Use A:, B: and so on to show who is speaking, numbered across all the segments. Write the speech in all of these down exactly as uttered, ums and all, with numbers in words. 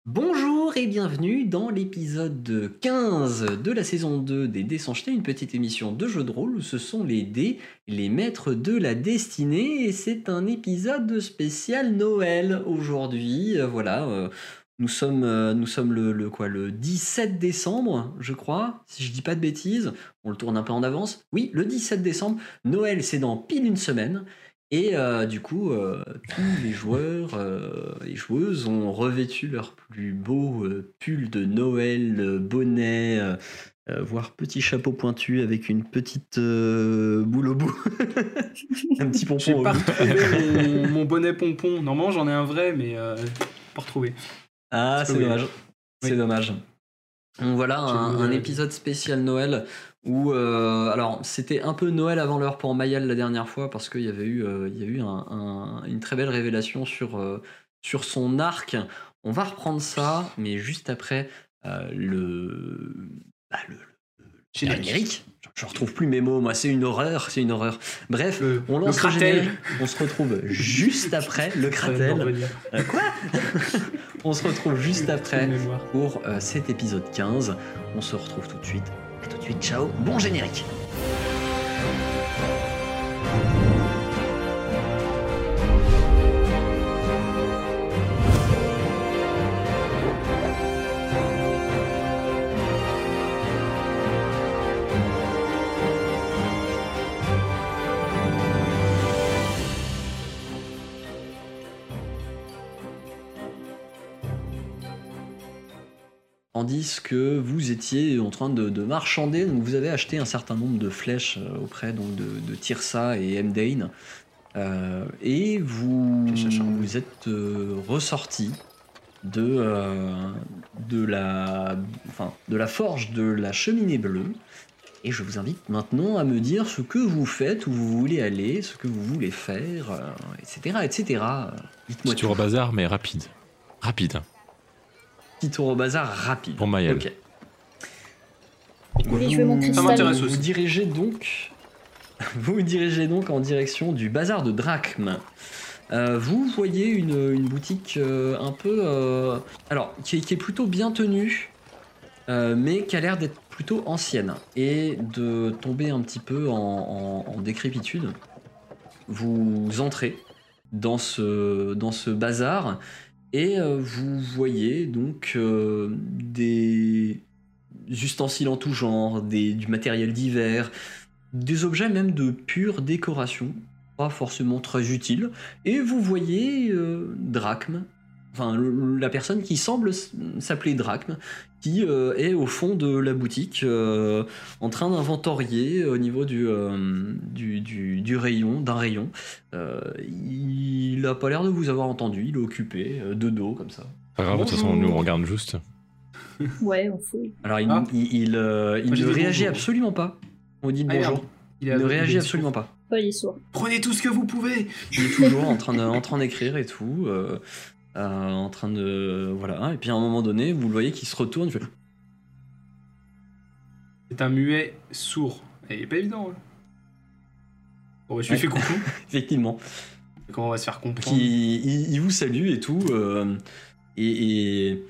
A: Bonjour et bienvenue dans l'épisode quinze de la saison deux des Dés sans jeter, une petite émission de jeu de rôle où ce sont les dés, les maîtres de la destinée, et c'est un épisode spécial Noël aujourd'hui. Euh, voilà, euh, nous sommes, euh, nous sommes le, le, quoi, le dix-sept décembre, je crois, si je dis pas de bêtises, on le tourne un peu en avance. Oui, le dix-sept décembre, Noël c'est dans pile une semaine. Et euh, du coup, euh, tous les joueurs euh, et joueuses ont revêtu leur plus beau euh, pull de Noël, euh, bonnet, euh, euh, voire petit chapeau pointu avec une petite euh, boule au bout. Un petit pompon
B: J'ai
A: au
B: pas
A: bout.
B: retrouvé mon, mon bonnet pompon. Normalement, j'en ai un vrai, mais euh, pas retrouvé.
A: Ah, c'est,
B: c'est
A: dommage. Oui. C'est
B: oui.
A: dommage. Donc voilà, un, un épisode spécial Noël où, euh, alors c'était un peu Noël avant l'heure pour Mayal la dernière fois parce qu'il y avait eu, euh, il y a eu un, un, une très belle révélation sur, euh, sur son arc. On va reprendre ça, mais juste après euh, le, bah, le, le générique. Je ne retrouve plus mes mots, moi, c'est une horreur, c'est une horreur. Bref,
B: le,
A: on lance
B: le
A: le générique, on se retrouve juste après le Kratel. Euh, quoi On se retrouve juste après pour euh, cet épisode quinze. On se retrouve tout de suite. À tout de suite, ciao, bon générique. Tandis que vous étiez en train de, de marchander, donc vous avez acheté un certain nombre de flèches auprès donc, de, de Tirsa et Emdain, euh, et vous, vous êtes euh, ressorti de, euh, de, la, enfin, de la forge de la cheminée bleue, et je vous invite maintenant à me dire ce que vous faites, où vous voulez aller, ce que vous voulez faire, euh, et cetera, et cetera. Dites-moi
C: Petit tour au bazar, mais rapide. Rapide.
A: Petit tour au bazar rapide.
C: Pour Mayel.
A: Ok.
D: Oui, je veux mon cristal.
B: Ça m'intéresse
A: Vous
B: aussi.
A: dirigez donc, vous vous dirigez donc en direction du bazar de Drachme. Euh, vous voyez une, une boutique euh, un peu, euh, alors qui est, qui est plutôt bien tenue, euh, mais qui a l'air d'être plutôt ancienne et de tomber un petit peu en, en, en décrépitude. Vous entrez dans ce, dans ce bazar. Et euh, vous voyez donc euh, des ustensiles en tout genre, des, du matériel divers, des objets même de pure décoration, pas forcément très utiles. Et vous voyez euh, Drachme, enfin le, la personne qui semble s'appeler Drachme, qui euh, est au fond de la boutique, euh, en train d'inventorier au niveau du, euh, du, du, du rayon, d'un rayon. Euh, il a pas l'air de vous avoir entendu, il est occupé, euh, de dos comme ça.
C: Pas grave, de toute façon, nous on regarde juste.
D: Ouais, on fout.
A: Alors il,
B: Ah.
A: il, il, euh, il
B: Moi, j'ai
A: ne
B: dit
A: réagit
B: bonjour.
A: absolument pas. On dit
B: Ah,
A: bonjour.
B: merde. Il,
A: Il
B: est
A: ne
B: aveugle,
A: réagit
B: il est
A: absolument
B: sourd.
A: pas.
D: Pas les sourds.
B: Prenez tout ce que vous pouvez.
A: Il est toujours en train de, en train d'écrire et tout, euh, euh, en train de voilà. Et puis à un moment donné, vous le voyez qui se retourne. Il fait...
B: C'est un muet sourd. Et il est pas évident. Hein. Bon, bah, je lui
A: Ouais.
B: fais coucou.
A: Effectivement.
B: Et comment on va se faire
A: Donc,
B: comprendre.
A: il, il- il vous salue et tout. euh, et, et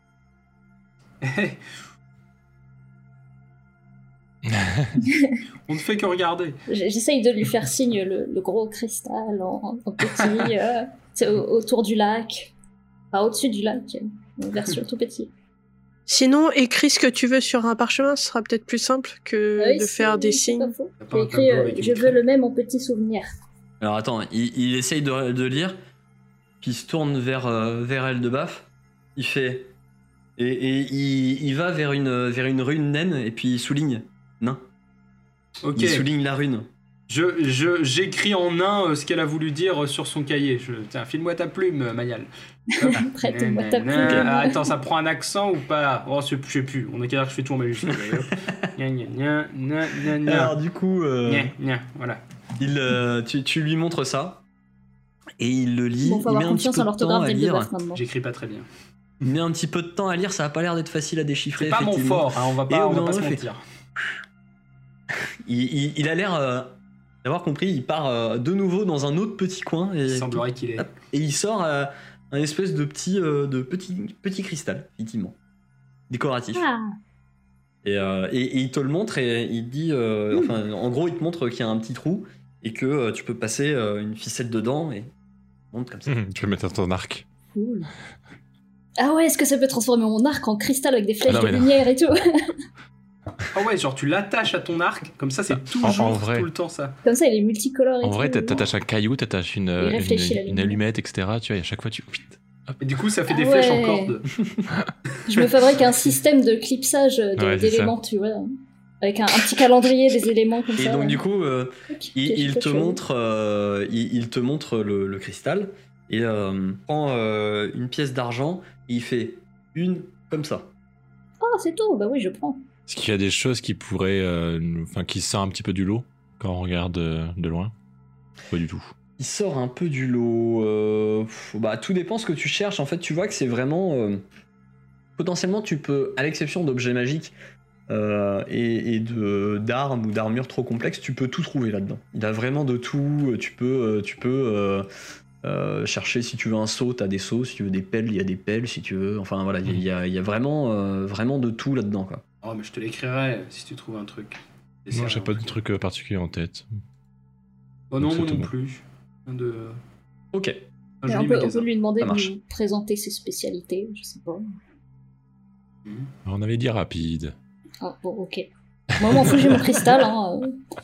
B: On ne fait que regarder.
D: J- J'essaye de lui faire signe le, le gros cristal en, en petit, euh, c'est au- autour du lac. Enfin, au-dessus du lac, une version tout petit.
E: Sinon, écris ce que tu veux sur un parchemin, ce sera peut-être plus simple que
D: Oui,
E: de
D: c'est-
E: faire des
D: c'est pas
E: signes.
D: faux.
B: T'as pas
D: J'ai
B: un
D: écrit
B: tableau
D: euh,
B: avec une
D: je veux
B: crème.
D: le même en petit souvenir.
A: alors attends, il, il essaye de, de lire, puis il se tourne vers, euh, vers elle de baffe. Il fait et, et il, il va vers une, vers une rune naine et puis il souligne nain.
B: Ok.
A: Il souligne la rune.
B: Je, je, j'écris en nain euh, ce qu'elle a voulu dire euh, sur son cahier. Je, tiens, file-moi ta plume, euh, Mayal. Hop.
D: Prête-moi ta
B: Nan, nan,
D: plume.
B: nan. Ah, attends, ça prend un accent ou pas? Oh, je sais plus. On est qu'à dire que je fais tout en majuscule. Gna, gna, gna, gna, gna, gna.
A: Alors du coup, euh,
B: Gna, gna, voilà.
A: il, euh, tu, tu lui montres ça et il le lit.
D: Bon, faut
A: il met
D: avoir
A: un petit
D: confiance
A: peu
D: en
A: de temps
D: l'orthographe
A: à
D: d'El de
A: lire.
D: Baf maintenant.
B: J'écris pas très bien.
A: Il met un petit peu de temps à lire. Ça a pas l'air d'être facile à déchiffrer.
B: C'est pas mon
A: effectivement.
B: fort, hein, on va
A: Et
B: pas,
A: au
B: on va
A: bout
B: pas
A: d'un
B: se
A: moment,
B: mentir.
A: Il, il- il a l'air euh, d'avoir compris. Il part euh, de nouveau dans un autre petit coin et,
B: Il semblerait qu'il est.
A: Hop. et il sort. euh, un espèce de petit, euh, de petit, petit cristal, effectivement, décoratif.
D: Ah,
A: Et, euh, et, et il te le montre et il te dit, euh,
D: Mm.
A: enfin, en gros, il te montre qu'il y a un petit trou et que euh, tu peux passer euh, une ficelle dedans et il monte comme ça.
C: Tu peux mettre dans ton arc.
D: cool. Ah ouais, est-ce que ça peut transformer mon arc en cristal avec des flèches
C: Ah non,
D: de
C: mais non.
D: lumière et tout?
B: Ah ouais, genre tu l'attaches à ton arc, comme ça c'est
C: En-
B: toujours
C: en vrai.
B: tout le temps ça.
D: Comme ça, il est multicolore et
C: En
D: tout.
C: vrai, t'a- t'attaches un caillou, t'attaches une, une,
D: réfléchit la
C: une
D: lumière.
C: allumette, et cetera. Tu vois, et à chaque fois, tu.
B: Et du coup ça fait des
D: Ah
B: flèches
D: ouais.
B: en corde.
D: Je me fabrique un système de clipsage de-
C: Ouais, c'est
D: d'éléments, tu vois. Avec un, un petit calendrier des éléments comme
A: Et
D: ça.
A: donc du coup, euh,
D: Ok,
A: il,
D: ok,
A: il
D: je
A: te
D: fais chaud.
A: montre, euh, il, il te montre le, le cristal et euh, prend euh, une pièce d'argent. Et il fait une comme ça.
D: Ah, c'est tout, bah oui, je prends.
C: Est-ce qu'il y a des choses qui pourraient. euh, nous- Enfin, qui sortent un petit peu du lot quand on regarde euh, de loin? Pas du tout.
A: Il sort un peu du lot. euh, pff, bah, tout dépend ce que tu cherches. En fait, tu vois que c'est vraiment. euh, potentiellement, tu peux, à l'exception d'objets magiques euh, et, et de d'armes ou d'armures trop complexes, tu peux tout trouver là-dedans. Il a vraiment de tout. Tu peux, euh, tu peux euh, euh, chercher si tu veux un seau, t'as des seaux. Si tu veux des pelles, il y a des pelles. Si tu veux, enfin voilà, il y a, il y a vraiment, euh, vraiment de tout là-dedans, quoi.
B: Oh mais je te l'écrirai si tu trouves un truc. Et
C: Moi,
B: c'est
C: j'ai
B: un
C: pas de
B: truc.
C: truc euh, particulier en tête.
B: Oh non,
C: Donc,
B: moi
C: c'est
B: non
C: tout bon.
B: plus. Un, de...
A: Ok.
B: un
D: Mais on,
B: joli
D: peut, on
B: magasin.
D: peut lui demander
A: Ça
D: de
A: marche.
D: nous présenter ses spécialités, je sais pas.
B: Mhm.
C: On avait dit rapide.
D: Ah, bon, ok. Moi, m'en fous, j'ai mon cristal. Hein.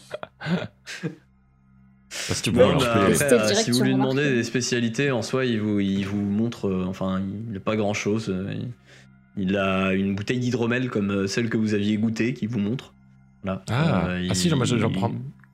D: euh.
C: Parce que
A: Bon,
C: bon, alors,
A: bah,
C: je peux y aller.
A: après,
D: Tester
A: euh,
D: direct
A: si vous
D: sur
A: lui
D: mon
A: demandez
D: arc.
A: des spécialités, en soi, il vous, il vous montre. euh, enfin, il n'a pas grand-chose. euh, Il, il a une bouteille d'hydromel comme euh, celle que vous aviez goûtée, qui vous montre. Voilà.
C: Ah,
A: Euh,
C: ah si,
A: il-
C: moi, j'en prends.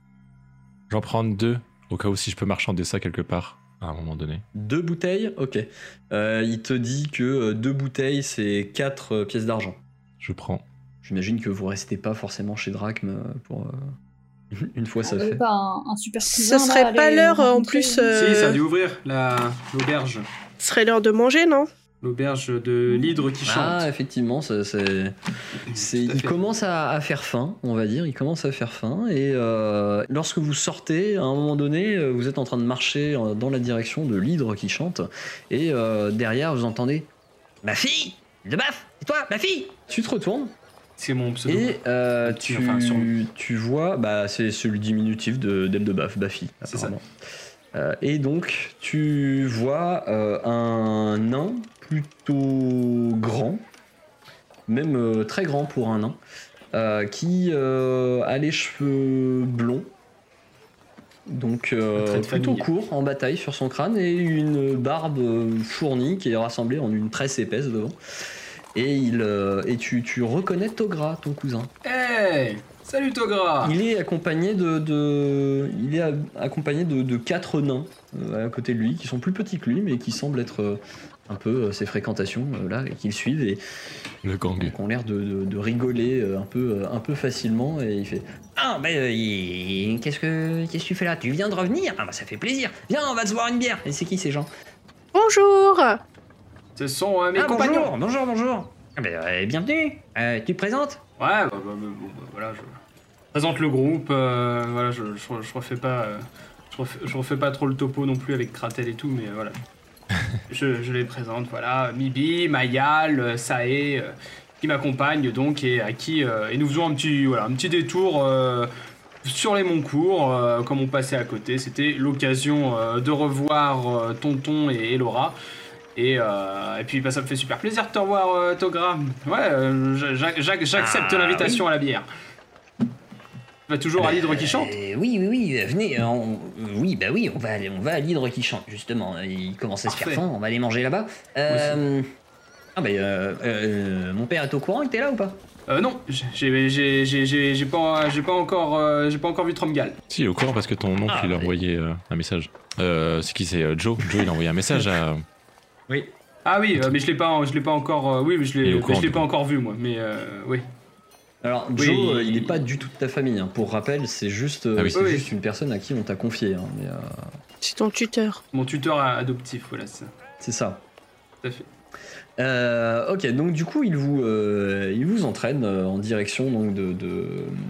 C: J'en prends deux, au cas où si je peux marchander ça quelque part, à un moment donné.
A: Deux bouteilles. Ok. Euh, il te dit que euh, deux bouteilles, c'est quatre euh, pièces d'argent.
C: Je prends.
A: J'imagine que vous restez pas forcément chez Drachme euh, pour. euh, une fois ça
D: On avait
A: fait.
D: pas un, un super
E: Ce
D: cousin, là,
E: serait pas
D: aller
E: l'heure, en
D: rencontrer
E: plus,
D: lui
E: euh,
B: Si, ça a dû ouvrir la l'auberge.
E: Ce serait l'heure de manger, non?
B: L'auberge de l'hydre qui chante.
A: Ah, effectivement, ça, c'est. C'est-
B: Tout à
A: il
B: fait.
A: commence à, à faire faim, on va dire. Il commence à faire faim. Et euh, lorsque vous sortez, à un moment donné, euh, vous êtes en train de marcher euh, dans la direction de l'hydre qui chante. Et euh, derrière, vous entendez Ma fille De baf C'est toi, ma fille Tu te retournes
B: C'est mon pseudo.
A: et euh,
B: Petit,
A: tu,
B: enfin, surnom.
A: tu vois. Bah, c'est c'est le diminutif de d'Eldebaf, Bafi,
B: C'est ça.
A: apparemment. Euh, et donc, tu vois euh, un nain plutôt grand, même euh, très grand pour un nain, euh, qui euh, a les cheveux blonds, donc euh,
B: Un trait de
A: plutôt
B: famille.
A: court en bataille sur son crâne, et une barbe euh, fournie qui est rassemblée en une tresse épaisse devant. Et, il, euh, et tu, tu reconnais Togra, ton cousin.
B: Hey Salut Togra.
A: Il est accompagné de, de il est a- accompagné de, de quatre nains euh, à côté de lui qui sont plus petits que lui mais qui semblent être euh, un peu euh, ses fréquentations euh, là et qui le suivent et
C: Le gang.
A: qui ont l'air de, de- de rigoler euh, un peu euh, un peu facilement et il fait ah ben euh, il- qu'est-ce que qu'est-ce que tu fais là, tu viens de revenir, ah bah ça fait plaisir, viens on va se boire une bière. Et c'est qui ces gens?
E: Bonjour!
B: Ce sont euh, mes
A: Ah
B: compagnons.
A: bonjour bonjour bonjour. Ah ben euh, bienvenue. Euh, tu te présentes?
B: Ouais, bah, bah, bah, bon, bah, voilà, je présente le groupe. euh, voilà, je, je, je refais pas, euh, je refais, je refais pas trop le topo non plus avec Kratel et tout, mais euh, voilà. je, je les présente, voilà, Mibi, Mayal, euh, Sae, euh, qui m'accompagnent donc et à qui euh, et nous faisons un petit, voilà, un petit détour. euh, sur les Moncourt, euh, comme on passait à côté, c'était l'occasion euh, de revoir euh, Tonton et Elora. Et, euh, et puis bah, ça me fait super plaisir de te revoir, euh, Togra. Ouais, euh, j'a- j'a- j'a- j'accepte
A: Ah,
B: l'invitation à la bière. Tu vas toujours à l'hydre qui chante?
A: Euh, Oui, oui, oui, euh, venez. euh, on- euh, oui, bah oui, on va, aller- on va à l'hydre qui chante, justement. Il commence à se faire
B: Parfait.
A: faim, on va aller manger là-bas. Euh, ah, bah, euh, euh, mon père est au courant que t'es là ou pas?
B: Euh, non, j'ai- j'ai j'ai- j'ai- j'ai- j'ai pas, j'ai pas, encore, euh, j'ai pas encore vu Tromgal.
C: Si, il est au courant parce que ton oncle,
A: Ah,
C: il a
A: mais-
C: envoyé euh, un message. Euh, c'est qui, c'est euh, Joe Joe, il a envoyé un message à.
A: Oui.
B: Ah oui, euh, mais je l'ai pas, je l'ai pas encore. euh, oui, mais je
C: Il est
B: l'ai,
C: au
B: mais
C: courant,
B: je l'ai
C: du
B: pas
C: coup.
B: encore vu moi. Mais euh, oui.
A: Alors,
B: Oui.
A: Joe, euh, il n'est pas du tout de ta famille. hein. Pour rappel, c'est juste, euh,
C: Ah oui.
A: c'est
B: Oui,
A: juste
B: oui.
A: une personne à qui on t'a confié. hein, mais, euh,
E: C'est ton tuteur.
B: Mon tuteur adoptif, voilà c'est ça.
A: c'est ça.
B: Tout à fait.
A: Euh, ok, donc du coup, il vous, euh, il vous entraîne euh, en direction donc, de, de,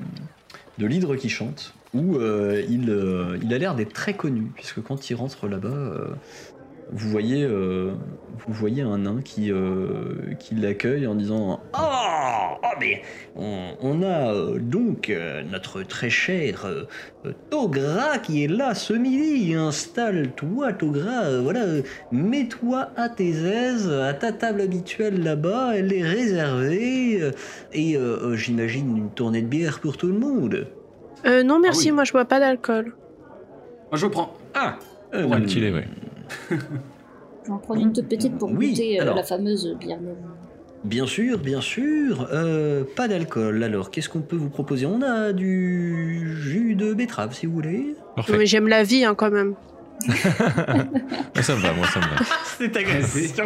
A: de l'hydre qui chante, où euh, il, euh, il a l'air d'être très connu, puisque quand il rentre là-bas, euh, vous voyez, euh, vous voyez un nain qui, euh, qui l'accueille en disant « Ah, oh, mais on, on a euh, donc euh, notre très cher euh, Togra qui est là ce midi. Installe-toi, Togra, euh, voilà, euh, mets-toi à tes aises, à ta table habituelle là-bas, elle est réservée, euh, et euh, euh, j'imagine une tournée de bière pour tout le monde. »
E: Euh, non, merci,
B: Ah oui.
E: moi je bois pas d'alcool.
B: Moi, je prends.
A: Ah, euh,
C: Ouais, petit lait, ouais.
D: Je vais en prendre une toute petite pour
A: Oui,
D: goûter euh,
A: alors.
D: la fameuse bière noire.
A: Bien sûr, bien sûr. Euh, pas d'alcool. Alors, qu'est-ce qu'on peut vous proposer? On a du jus de betterave, si vous voulez.
C: Parfait.
E: Mais j'aime la vie, hein, quand même.
C: Moi, ça me va, moi, ça me va.
A: C'est ta question.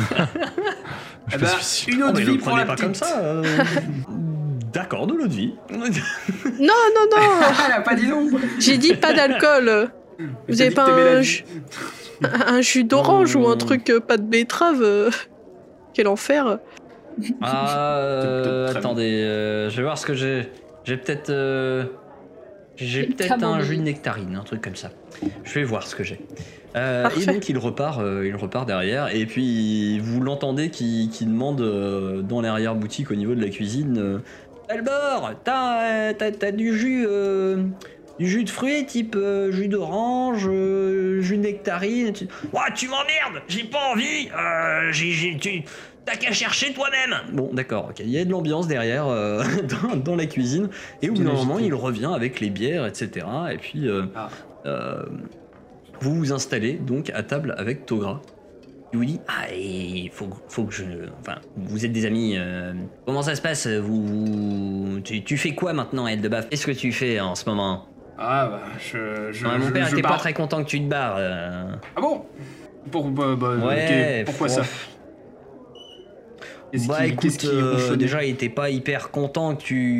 C: Je
B: Eh ben,
C: suis sûr.
B: une autre vie
A: ne
B: pour la
A: pas
B: petite.
A: comme ça. euh. D'accord, de l'eau de vie.
E: Non, non, non.
B: Ah, elle a pas dit non.
E: J'ai dit pas d'alcool. Vous
B: T'as
E: avez
B: dit
E: pas
B: que t'aimais la
E: un,
B: vie.
E: jus- un jus d'orange ou un truc euh, pas de betterave euh, quel enfer.
A: Ah, euh,
B: Très
A: attendez, euh, je vais voir ce que j'ai. J'ai peut-être, euh, j'ai
D: Une
A: peut-être un
D: camomille.
A: jus de nectarine, un truc comme ça. Je vais voir ce que j'ai. Euh,
E: Parfait.
A: et donc il repart, euh, il repart derrière, et puis vous l'entendez qui, qui demande euh, dans l'arrière-boutique au niveau de la cuisine. Euh, Albor, t'as, euh, t'as, t'as du jus, euh, du jus de fruits type euh, jus d'orange, euh, jus de nectarine. Tu... Ouah, tu m'emmerdes, j'ai pas envie. Euh, j'ai, j'ai, tu... T'as qu'à chercher toi-même. Bon, d'accord, ok. Il y a de l'ambiance derrière euh, dans, dans la cuisine. Et au bout d'un
B: Bien
A: moment,
B: agité.
A: il revient avec les bières, et cetera. Et puis, euh,
B: Ah.
A: euh, vous vous installez donc à table avec Togra. Il vous dit, ah, il faut, faut que je... Enfin, vous êtes des amis. euh, comment ça se passe vous, vous- tu, tu fais quoi maintenant, Eldebaf? Qu'est-ce que tu fais en ce moment?
B: Ah, bah, je. je,
A: Ouais, Mon
B: je-
A: père
B: je
A: était pas
B: pars.
A: très content que tu te barres. euh.
B: Ah bon Pour, bah, bah,
A: Ouais,
B: ok, pourquoi
A: faut-
B: ça Qu'est-ce
A: Bah
B: qui-
A: écoute,
B: qu'est-ce qui
A: euh,
B: ronchonnait
A: déjà il était pas hyper content que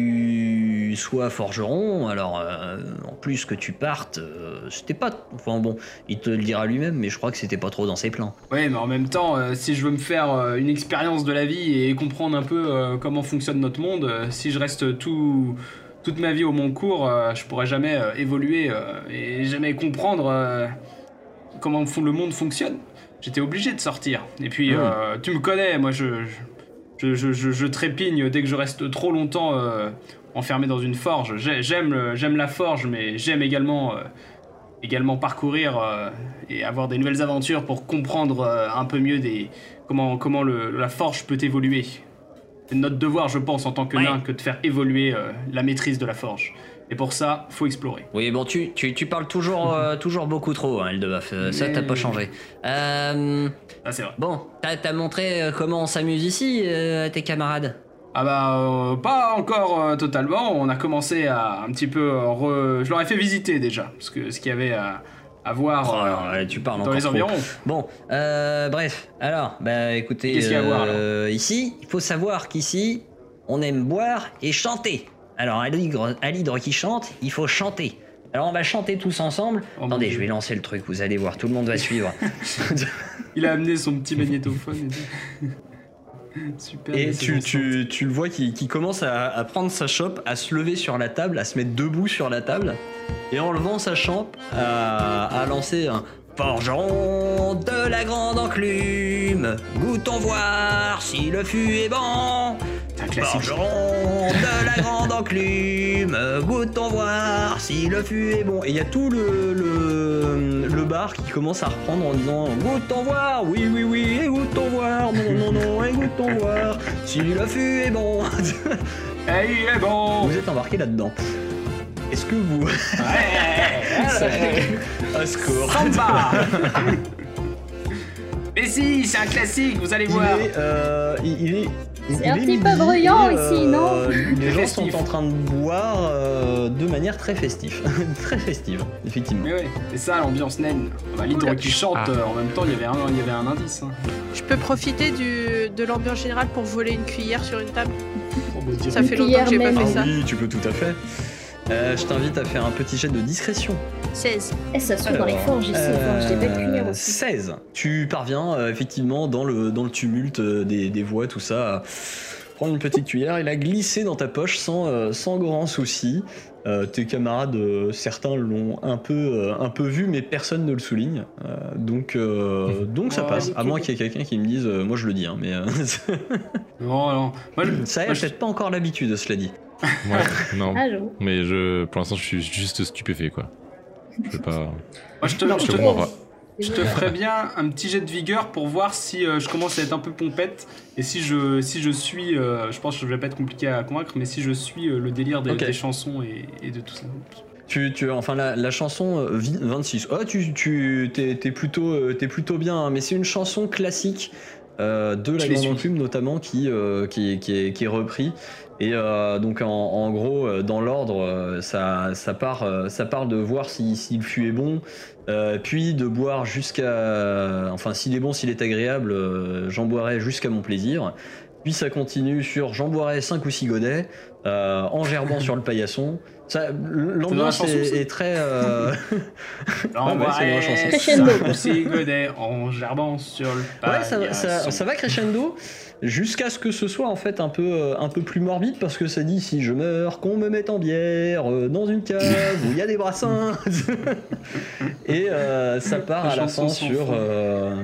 A: tu sois forgeron, alors euh, en plus que tu partes, euh, c'était pas... Enfin bon, il te le dira lui-même, mais je crois que c'était pas trop dans ses plans.
B: Ouais, mais en même temps, euh, si je veux me faire euh, une expérience de la vie et comprendre un peu euh, comment fonctionne notre monde, euh, si je reste tout, toute ma vie au long cours, euh, je pourrais jamais euh, évoluer euh, et jamais comprendre euh, comment fon- le monde fonctionne. J'étais obligé de sortir. Et puis,
A: Mmh.
B: euh, tu me connais, moi je, je, je, je, je trépigne dès que je reste trop longtemps euh, enfermé dans une forge. J'ai- J'aime le- j'aime la forge, mais j'aime également... euh, également parcourir euh, et avoir des nouvelles aventures pour comprendre euh, un peu mieux des, comment, comment le, la forge peut évoluer. C'est notre devoir, je pense, en tant que
A: Ouais.
B: nain, que de faire évoluer euh, la maîtrise de la forge. Et pour ça, faut explorer.
A: Oui, bon, tu, tu, tu parles toujours, euh, toujours beaucoup trop, hein, Eldebaf, euh, ça
B: Mais-
A: t'as pas changé. Euh,
B: Ah, c'est vrai.
A: bon, t'as t'as montré euh, comment on s'amuse ici euh, à tes camarades?
B: Ah bah, euh, pas encore euh, totalement. On a commencé à un petit peu... euh, re- Je leur ai fait visiter déjà, parce que ce qu'il y avait à, à voir
A: Oh,
B: euh,
A: alors, là, tu parles
B: dans
A: encore
B: les
A: trop.
B: environs.
A: Bon, euh, bref, alors, bah écoutez,
B: Qu'est-ce qu'il y a à voir,
A: euh, ici, il faut savoir qu'ici, on aime boire et chanter. Alors, à l'hydre, à l'hydre qui chante, il faut chanter. Alors, on va chanter tous ensemble.
B: Oh, mon
A: Attendez,
B: Dieu.
A: je vais lancer le truc, vous allez voir, tout le monde va suivre.
B: Il a amené son petit magnétophone et tout. Super.
A: Et
B: mais c'est
A: tu,
B: bon
A: tu, tu le vois qui, qui commence à, à prendre sa chope, à se lever sur la table, à se mettre debout sur la table, et en levant sa chope, à, à lancer un forgeron de la grande enclume. Goûtons voir si le fût est bon.
B: C'est un classique.
A: Forgeron de la grande enclume. Goûtons voir si le fût est bon. Et il y a tout le, le, le bar qui commence à reprendre en disant goûtons voir, oui, oui, oui, et goûtons voir, non, non, non, et goûtons voir si le fût est bon.
B: Eh, il est bon.
A: Vous êtes embarqué là-dedans. Est-ce que vous.
B: Ouais.
A: Un score.
B: Samba. Mais si, c'est un classique, vous allez
A: Il
B: voir.
A: est. euh, il, il est. il
D: C'est un
A: est
D: petit peu
A: midi
D: bruyant
A: et,
D: ici, non
A: Les gens
B: Festif.
A: sont en train de boire euh, de manière très festive. Très festive, effectivement.
B: Mais ouais, c'est ça l'ambiance naine. Bah, l'hydre qui chante,
C: Ah.
B: euh, en même temps, il y avait un, il y avait un indice. Hein.
E: Je peux profiter du, de l'ambiance générale pour voler une cuillère sur une table.
B: Oh, bah, dire-
E: Ça
D: Une
E: fait longtemps
D: cuillère
E: que j'ai pas
D: même.
E: fait
A: Ah
E: ça.
A: oui, tu peux tout à fait. Euh, je t'invite à faire un petit jet de discrétion.
E: seize.
D: Eh, ça se fait dans les
A: Alors,
D: forges ici,
A: euh,
D: forges des belles cuillères aussi.
A: seize. Tu parviens euh, effectivement dans le, dans le tumulte euh, des, des voix, tout ça, prendre une petite cuillère et la glisser dans ta poche sans, euh, sans grand souci. Euh, tes camarades, euh, certains l'ont un peu, euh, un peu vu, mais personne ne le souligne. Euh, donc, euh, donc ça
B: Oh,
A: passe. À
B: nickel.
A: moins qu'il y ait quelqu'un qui me dise, euh, moi je le dis, hein, mais euh,
B: Non, non. Moi, je-
A: ça y
B: moi,
A: a
B: je-
A: peut-être pas encore l'habitude, cela dit.
C: Ouais, non.
D: Allô.
C: Mais je, pour l'instant, je suis juste stupéfait, quoi. Je sais pas.
B: moi, je te,
D: Non,
B: je
C: Je
B: te-
C: comprends pas.
B: je te ferais bien un petit jet de vigueur pour voir si euh, je commence à être un peu pompette et si je, si je suis, euh, je pense que je vais pas être compliqué à convaincre, mais si je suis euh, le délire des,
A: Ok.
B: des chansons et, et de tout ça.
A: Tu, tu, enfin, la, la chanson euh, vi- vingt-six. Oh, tu, tu, t'es, t'es plutôt, euh, t'es plutôt bien, hein, mais c'est une chanson classique euh, de La
B: Je les
A: Grande
B: suis.
A: Enclume notamment qui, euh, qui, qui, est, qui est repris. Et euh, donc en, en gros, euh, dans l'ordre, euh, ça, ça, part, euh, ça part de voir si, si le fût est bon, euh, puis de boire jusqu'à... Enfin, s'il est bon, s'il est agréable, euh, j'en boirai jusqu'à mon plaisir. Puis ça continue sur j'en boirai cinq ou six godets, euh, en gerbant sur le paillasson. Ça, l'ambiance
B: chanson,
A: est,
B: ça
A: est très... euh,
B: En
A: ouais, c'est dans la chanson.
D: Crescendo.
B: Aussi godet en gerbant sur le
A: Ouais, ça, va- ça,
B: paillasson.
A: ça va crescendo jusqu'à ce que ce soit en fait un peu, euh, un peu plus morbide parce que ça dit si je meurs, qu'on me mette en bière euh, dans une cave où il y a des brassins. Et euh, ça part
B: La
A: à la
B: chanson
A: fin
B: sans
A: sur,
B: fond.
A: euh,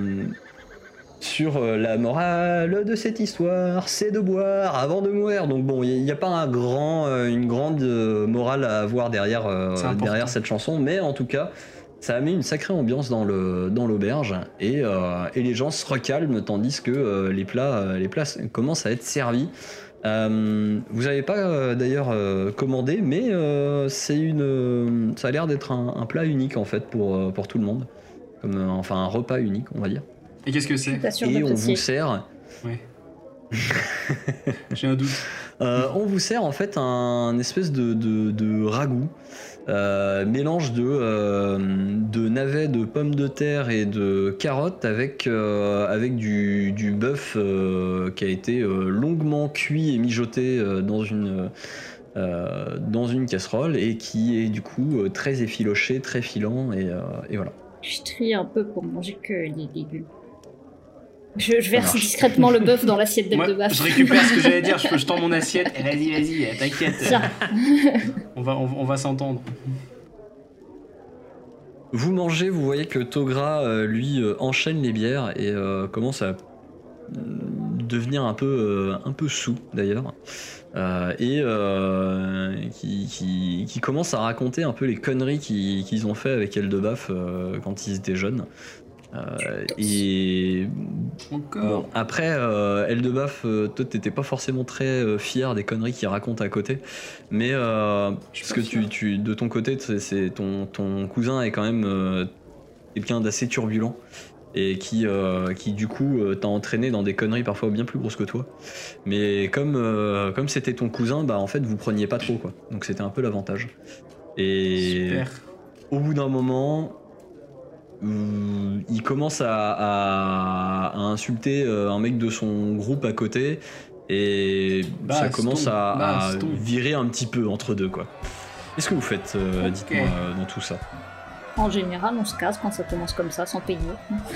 A: sur euh, la morale de cette histoire, c'est de boire avant de mourir. Donc bon, il n'y a pas un grand, euh, une grande euh, morale à avoir derrière, euh,
B: C'est important.
A: derrière cette chanson, mais en tout cas. Ça a mis une sacrée ambiance dans le dans l'auberge et, euh, et les gens se recalment tandis que euh, les plats euh, les plats commencent à être servis. Euh, vous n'avez pas euh, d'ailleurs euh, commandé, mais euh, c'est une euh, ça a l'air d'être un, un plat unique en fait pour euh, pour tout le monde, comme euh, enfin un repas unique on va dire.
B: Et qu'est-ce que
D: Je suis
B: c'est?
D: pas sûre
A: Et on
D: d'apprécier.
A: vous sert
B: Ouais. J'ai un doute.
A: Euh, on vous sert en fait un espèce de, de, de ragoût, euh, mélange de, euh, de navets, de pommes de terre et de carottes avec, euh, avec du, du bœuf euh, qui a été euh, longuement cuit et mijoté euh, dans, une, euh, dans une casserole et qui est du coup euh, très effiloché, très filant et, euh, et voilà.
D: Je trie un peu pour manger que des légumes. Je, je verse
A: marche.
D: discrètement le bœuf dans l'assiette
B: Moi,
D: d'Eldebaf.
B: je récupère ce que j'allais dire, je, je tends mon assiette. Eh, vas-y, vas-y, t'inquiète.
D: Tiens.
B: On va, on, on va s'entendre.
A: Vous mangez, vous voyez que Togra, euh, lui, euh, enchaîne les bières et euh, commence à euh, devenir un peu, euh, un peu sous, d'ailleurs. Euh, et euh, qui, qui, qui commence à raconter un peu les conneries qu'ils qu'ils ont fait avec Eldebaf euh, quand ils étaient jeunes. Euh, et
B: Encore.
A: bon, après, euh, Eldebaf, euh, toi t'étais pas forcément très euh, fier des conneries qu'il raconte à côté, mais euh,
B: Je suis
A: parce
B: pas
A: que tu,
B: fier.
A: tu, de ton côté, c'est- c'est ton, ton cousin est quand même euh, quelqu'un d'assez turbulent et qui, euh, qui du coup euh, t'a entraîné dans des conneries parfois bien plus grosses que toi. Mais comme euh, comme c'était ton cousin, bah en fait vous preniez pas trop quoi, donc c'était un peu l'avantage. Et
B: Super.
A: au bout d'un moment, euh, il commence à, à- à insulter euh, un mec de son groupe à côté et ça
B: Baston,
A: commence à, à
B: baston.
A: virer un petit peu entre deux quoi. Qu'est-ce que vous faites, euh,
B: Ok.
A: dites-moi, euh, dans tout ça?
D: En général, on se casse quand ça commence comme ça, sans payer.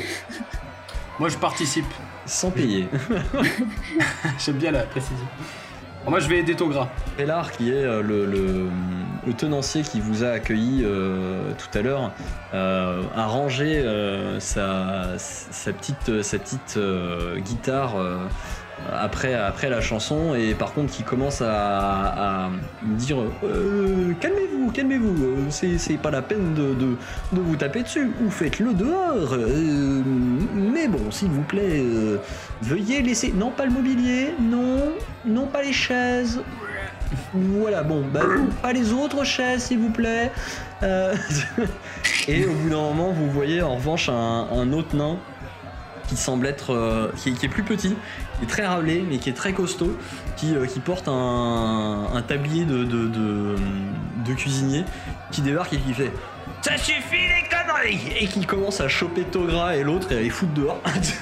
B: Moi, je participe.
A: Sans payer.
B: J'aime bien la précision. Alors, moi, je vais aider Togra.
A: Pellar, qui est euh, le, le- le tenancier qui vous a accueilli euh, tout à l'heure, euh, a rangé euh, sa, sa petite, sa petite euh, guitare euh, après, après la chanson et par contre qui commence à, à me dire euh, calmez-vous, calmez-vous, euh, c'est, c'est pas la peine de, de, de vous taper dessus, ou faites-le dehors, euh, mais bon, s'il vous plaît, euh, veuillez laisser, non pas le mobilier, non, non pas les chaises, voilà, bon, bah, pas les autres chaises s'il vous plaît. Euh, et au bout d'un moment, vous voyez en revanche un, un autre nain qui semble être, euh, qui, est, qui est plus petit, qui est très râblé, mais qui est très costaud, qui, euh, qui porte un, un tablier de, de, de, de cuisinier, qui débarque et qui fait « Ça suffit les conneries !» et qui commence à choper Togra et l'autre et à les foutre dehors.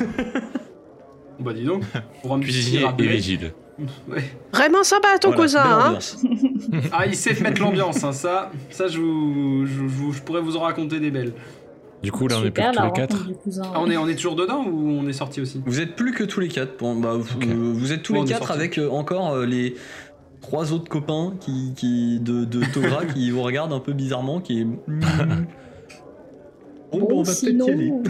B: Bah, dis donc. Pour un petit
C: Cuisinier et
B: rabelais.
C: vigile.
B: Ouais.
E: Vraiment sympa ton
A: Voilà,
E: cousin,
A: belle
E: hein.
A: ambiance.
B: Ah, il sait mettre l'ambiance, hein. Ça, ça je, vous, je, je, je pourrais vous en raconter des belles.
C: Du coup, là, on est plus
D: Super,
C: que
D: la
C: tous les
D: rencontre
C: quatre.
D: du cousin.
B: Ah, on est, on est toujours dedans ou on est sorti aussi?
A: Vous êtes plus que tous les quatre. Bon, bah, vous,
C: Ok.
A: euh, vous êtes tous
B: Bon, on
A: les
B: est
A: quatre
B: sortis.
A: avec euh, encore euh, les trois autres copains qui, qui de, de Togra qui vous regardent un peu bizarrement, qui est. Hmm. Bon, bah, on
D: Bon,
A: va
D: sinon...
A: peut-être y aller.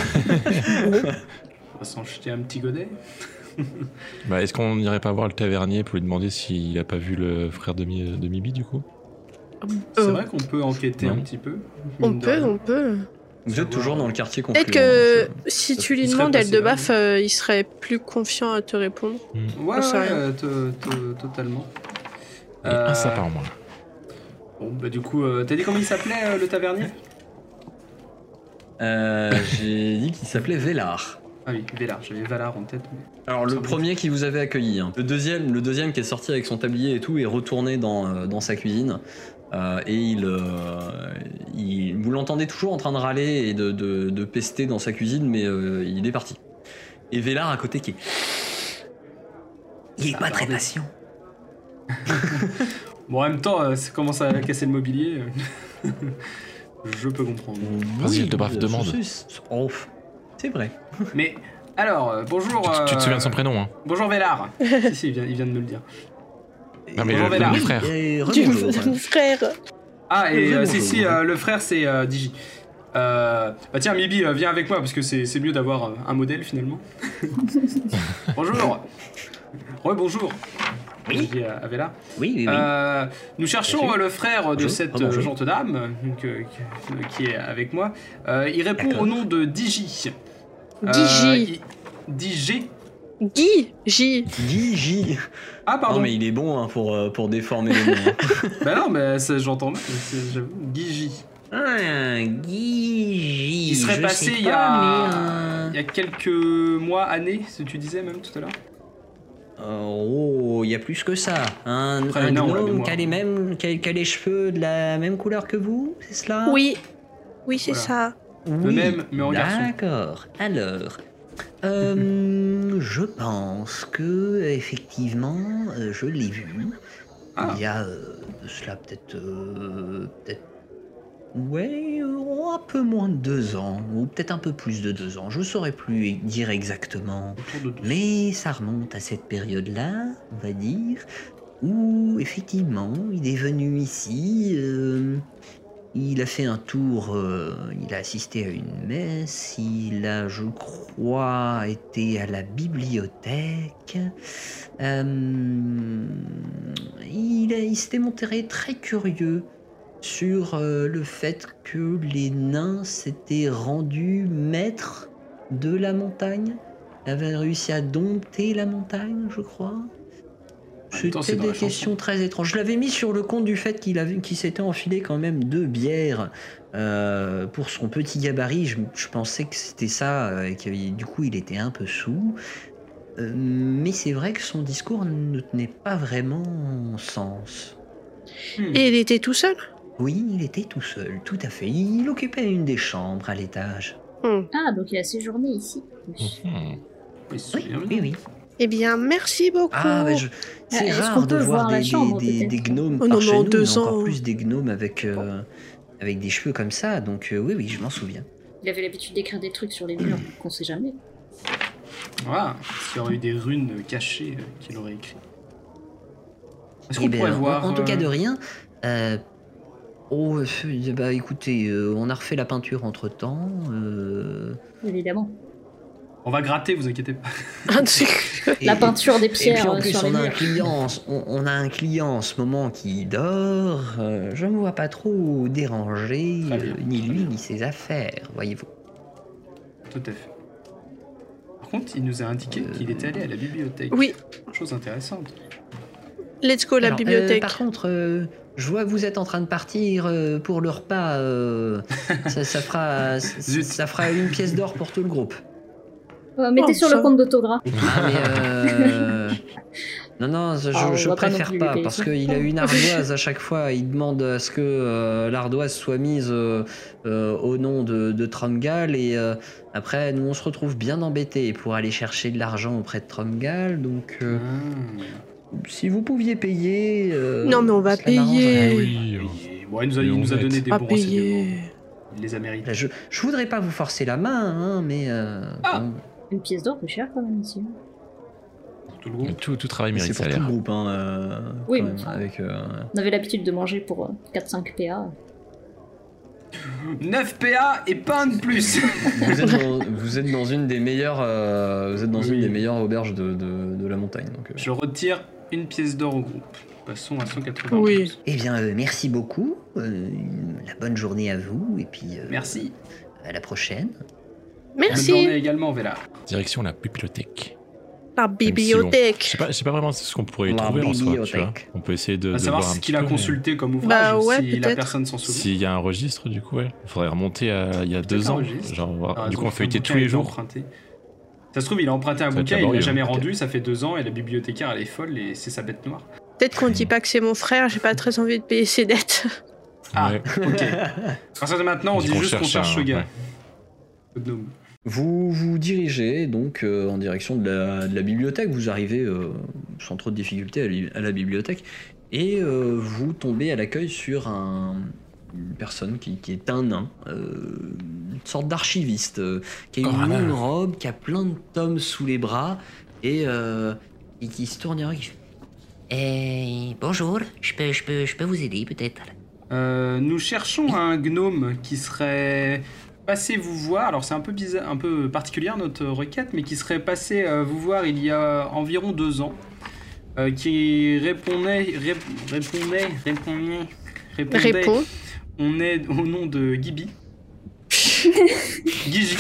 B: On va s'en jeter un petit godet.
C: Bah, est-ce qu'on n'irait pas voir le tavernier pour lui demander s'il a pas vu le frère de, Mi- de Mibi, du coup?
B: C'est
E: Euh,
B: vrai qu'on peut enquêter
C: non.
B: un petit peu.
E: On
B: mine de
E: peut,
B: rien.
E: on peut.
A: Vous êtes toujours dans le quartier confluent.
E: Peut-être que
A: hein,
E: si
A: ça-
E: tu lui
B: il serait
E: demandes,
B: passé là,
E: Eldebaf, euh, il serait plus confiant à te répondre.
B: Ouais,
E: On sait
B: ouais,
E: rien.
B: euh, to- to- totalement.
C: Et
B: Euh,
C: un sapin en moins.
B: Bon, bah du coup, euh, t'as dit comment il s'appelait euh, le tavernier?
A: Euh, J'ai dit qu'il s'appelait Vélar.
B: Ah oui, Vélar, j'avais Valar en tête. mais-
A: Alors le
B: Sans doute.
A: premier qui vous avait accueilli, hein. le deuxième, le deuxième qui est sorti avec son tablier et tout est retourné dans, euh, dans sa cuisine euh, et il, euh, il- vous l'entendez toujours en train de râler et de, de, de pester dans sa cuisine, mais euh, il est parti. Et Vélar à côté qui est, il est
B: Ça
A: pas
B: a
A: très
B: tardé.
A: patient.
B: Bon, en même temps, euh, ça commence à casser le mobilier. euh. Je peux comprendre.
C: Vas-y, Eldebaf,
A: euh,
C: demande.
A: c'est- oh, c'est vrai.
B: Mais alors, euh, bonjour.
C: Tu, tu te
B: euh,
C: souviens de son prénom, hein?
B: Bonjour Vélar. si, si, il vient, il vient de me le dire.
C: Non, mais
B: Bonjour,
C: le,
B: Vélar.
C: le frère.
A: Et
E: Du
A: rebonjour.
E: mon frère.
B: Ah, et euh,
A: Bonjour,
B: si, si,
A: bonjour.
B: euh, le frère, c'est euh, Digi. Euh, bah tiens, Mibi, euh, viens avec moi parce que c'est c'est mieux d'avoir euh, un modèle finalement. Bonjour. Ouais, bonjour.
A: Oui.
B: Je dis à, à Vélar.
A: Oui, oui, oui.
B: Euh, nous cherchons
A: Bien sûr.
B: euh, le frère de
A: Bonjour.
B: cette
A: Ah, bonjour.
B: euh, gente dame euh, que- que- qui est avec moi. Euh, il répond
A: D'accord.
B: au nom de Digi. Euh,
E: Digi.
B: il- Digi.
E: Guy. J.
A: Guy J.
B: Ah, pardon.
A: Non mais il est bon hein, pour, euh, pour déformer les mots. hein.
B: Bah non, mais ça, j'entends mal. c'est- J'avoue. Digi.
A: Ah, Guy J.
B: Il serait
A: je
B: passé
A: sais
B: il y,
A: pas,
B: a...
A: mais, euh,
B: il y a quelques mois, années, ce que tu disais même tout à l'heure.
A: Oh, il y a plus que ça. Un,
B: Après,
A: un
B: non, la
A: gnome
B: mémoire.
A: qui a, les mêmes, qui, a, qui a les cheveux de la même couleur que vous, c'est cela?
E: Oui. Oui, c'est
B: Voilà.
E: ça.
A: Oui.
B: même, mais en garçon.
A: D'accord. Alors, euh, je pense que effectivement, euh, je l'ai vu.
B: Ah.
A: Il y a euh, de cela peut-être, euh, peut-être, ouais, euh, un peu moins de deux ans, ou peut-être un peu plus de deux ans. Je saurais plus dire exactement.
B: Autour de deux.
A: Mais ça remonte à cette période-là, on va dire, où effectivement il est venu ici, euh, il a fait un tour, euh, il a assisté à une messe, il a, je crois, été à la bibliothèque. Euh, il a- il s'était montré très curieux sur euh, le fait que les nains s'étaient rendus maîtres de la montagne, avaient réussi à dompter la montagne, je crois.
B: En même temps, c'est
A: C'était
B: dans
A: des
B: la chanson.
A: questions très étranges. Je l'avais mis sur le compte du fait qu'il avait, qu'il s'était enfilé quand même deux bières euh, pour son petit gabarit. Je, je pensais que c'était ça, euh, et que du coup il était un peu saoul. Euh, mais c'est vrai que son discours ne tenait pas vraiment sens.
B: Hmm.
E: Et il était tout seul.
A: Oui, il était tout seul, tout à fait. Il occupait une des chambres à l'étage.
E: Hmm.
D: Ah, donc il a séjourné ici.
C: Hmm.
B: Il se
A: Oui,
B: souvient
A: oui,
B: bien.
A: oui.
E: Eh bien, merci beaucoup.
A: Ah, bah, je- c'est
D: est-ce
A: rare
D: qu'on
A: de
D: peut
A: voir
D: voir la
A: des,
D: chambre,
A: des- des-
D: peut-être
A: des gnomes
E: Oh
A: par
E: non,
A: chez
E: non,
A: nous,
E: deux
A: mais encore
E: ans.
A: plus des gnomes avec, euh, avec des cheveux comme ça. Donc euh, oui, oui, je m'en souviens.
D: Il avait l'habitude d'écrire des trucs sur les murs qu'on sait jamais.
B: Voilà. S'il y aurait eu des runes cachées euh, qu'il aurait écrit. Est-ce
A: Eh
B: qu'on
A: ben,
B: pourrait
A: en-
B: voir
A: en, tout
B: euh,
A: cas de rien. Euh, oh, euh, bah écoutez, euh, on a refait la peinture entre temps.
D: Évidemment.
B: On va gratter, vous inquiétez pas.
D: La peinture des
A: Et
D: pierres
A: puis en
D: euh,
A: plus,
D: sur les
A: on a, un
D: murs.
A: client, en ce- on, on a un client en ce moment qui dort. Euh, je ne me vois pas trop déranger,
B: Très bien,
A: euh, ni
B: très
A: lui,
B: bien.
A: ni ses affaires, voyez-vous.
B: Tout à fait. Par contre, il nous a indiqué
A: Euh,
B: qu'il était allé à la bibliothèque.
E: Oui,
B: Chose intéressante.
E: let's go, la
A: Alors, euh,
E: bibliothèque.
A: par contre, euh, je vois que vous êtes en train de partir euh, pour le repas. euh, ça, ça fera, ça,
B: Zut.
A: ça fera une pièce d'or pour tout le groupe.
D: Euh, mettez
E: Oh,
D: sur
E: ça
D: le compte d'autographe.
A: Ah, mais euh, non, non, je,
D: Ah, on
A: je
D: va pas non
A: préfère
D: plus
A: pas
D: les payer
A: parce
D: ça.
A: qu'il a une ardoise à chaque fois. Il demande à ce que euh, l'ardoise soit mise euh, euh, au nom de, de Tromgal et euh, après nous on se retrouve bien embêtés pour aller chercher de l'argent auprès de Tromgal. Donc euh,
B: Ah.
A: si vous pouviez payer. euh,
E: Non, mais on va
A: ça m'arrangerait.
E: payer.
C: Oui.
B: Et, bon, il nous a,
C: Et
B: il
C: on
B: nous a
C: va
B: donné
C: être
B: des
E: Pas
B: bons
E: payer.
B: renseignements. Il les a mérités.
A: Là, je, je voudrais pas vous forcer la main, hein, mais... Euh,
B: Ah
A: bon,
D: Une pièce d'or plus chère quand même ici.
B: Pour tout le groupe.
C: Tout, tout travail
A: c'est
C: mérite
A: pour tout le
C: salaire.
A: groupe, hein, euh,
D: Oui,
A: quand
D: mais
A: même,
D: enfin-
A: avec... euh,
D: On avait l'habitude de manger pour euh, quatre cinq P A.
B: neuf P A et pas un de plus.
A: vous, êtes dans, vous êtes dans une des meilleures, euh, vous êtes dans
B: Oui.
A: une des meilleures auberges de, de, de la montagne. Donc, euh.
B: Je retire une pièce d'or au groupe. Passons à cent quatre-vingts.
E: Oui.
A: Eh bien, euh, merci beaucoup. euh, la bonne journée à vous et puis euh,
B: Merci.
A: à la prochaine.
B: Bonne
E: Merci.
B: journée également, Vela.
C: Direction la bibliothèque.
E: La
C: si bon, Je
E: bibliothèque.
C: sais pas, je sais pas vraiment ce qu'on pourrait y
A: La
C: trouver en soi. Tu vois.
A: bibliothèque.
C: On peut essayer de,
B: À
C: de
B: savoir
C: voir un
B: ce
C: petit
B: qu'il a
C: peu, mais
B: consulté comme ouvrage,
E: Bah ouais,
B: si la
E: peut-être.
B: personne s'en souvient.
C: S'il y a un registre, du coup, ouais. Il faudrait remonter à il y a
B: Peut-être
C: deux
B: un
C: ans.
B: registre.
C: Genre, voir-
B: Ah,
C: du
B: donc,
C: coup, on
B: le
C: feuilletait
B: bouquin
C: tous
B: a
C: les
B: été
C: jours.
B: emprunté. Ça se trouve, il a emprunté un
C: Ça va être
B: bouquin, il l'a
C: laborieux,
B: jamais
C: peut-être.
B: rendu, ça fait deux ans, et la bibliothécaire, elle est folle, et c'est sa bête noire.
E: Peut-être qu'on dit pas que c'est mon frère, j'ai pas très envie de payer ses dettes.
B: Ah,
C: Ouais.
B: ok. À partir de maintenant, on
C: Dit
B: dit
C: qu'on
B: juste qu'on
C: cherche
B: cherche
C: un-
B: ce gars.
C: ouais.
B: Peu de gnome.
A: Vous vous dirigez donc euh, en direction de la, de la bibliothèque. Vous arrivez euh, sans trop de difficulté à, li- à la bibliothèque et euh, vous tombez à l'accueil sur un, une personne qui, qui est un nain, euh, une sorte d'archiviste, euh, qui a
C: Oh, un
A: une
C: nain.
A: longue robe, qui a plein de tomes sous les bras et, euh, et qui se tourne vers vous, qui fait,
F: Eh, bonjour, je peux, je peux, je peux vous aider peut-être.
B: Euh, nous cherchons un gnome qui serait passé vous voir. Alors c'est un peu bizarre, un peu particulière notre requête, mais qui serait passé euh, vous voir il y a environ deux ans, euh, qui répondait, rép- répondait, répondait, répondait.
E: Réponds.
B: On est au nom de Gibi. Gigi.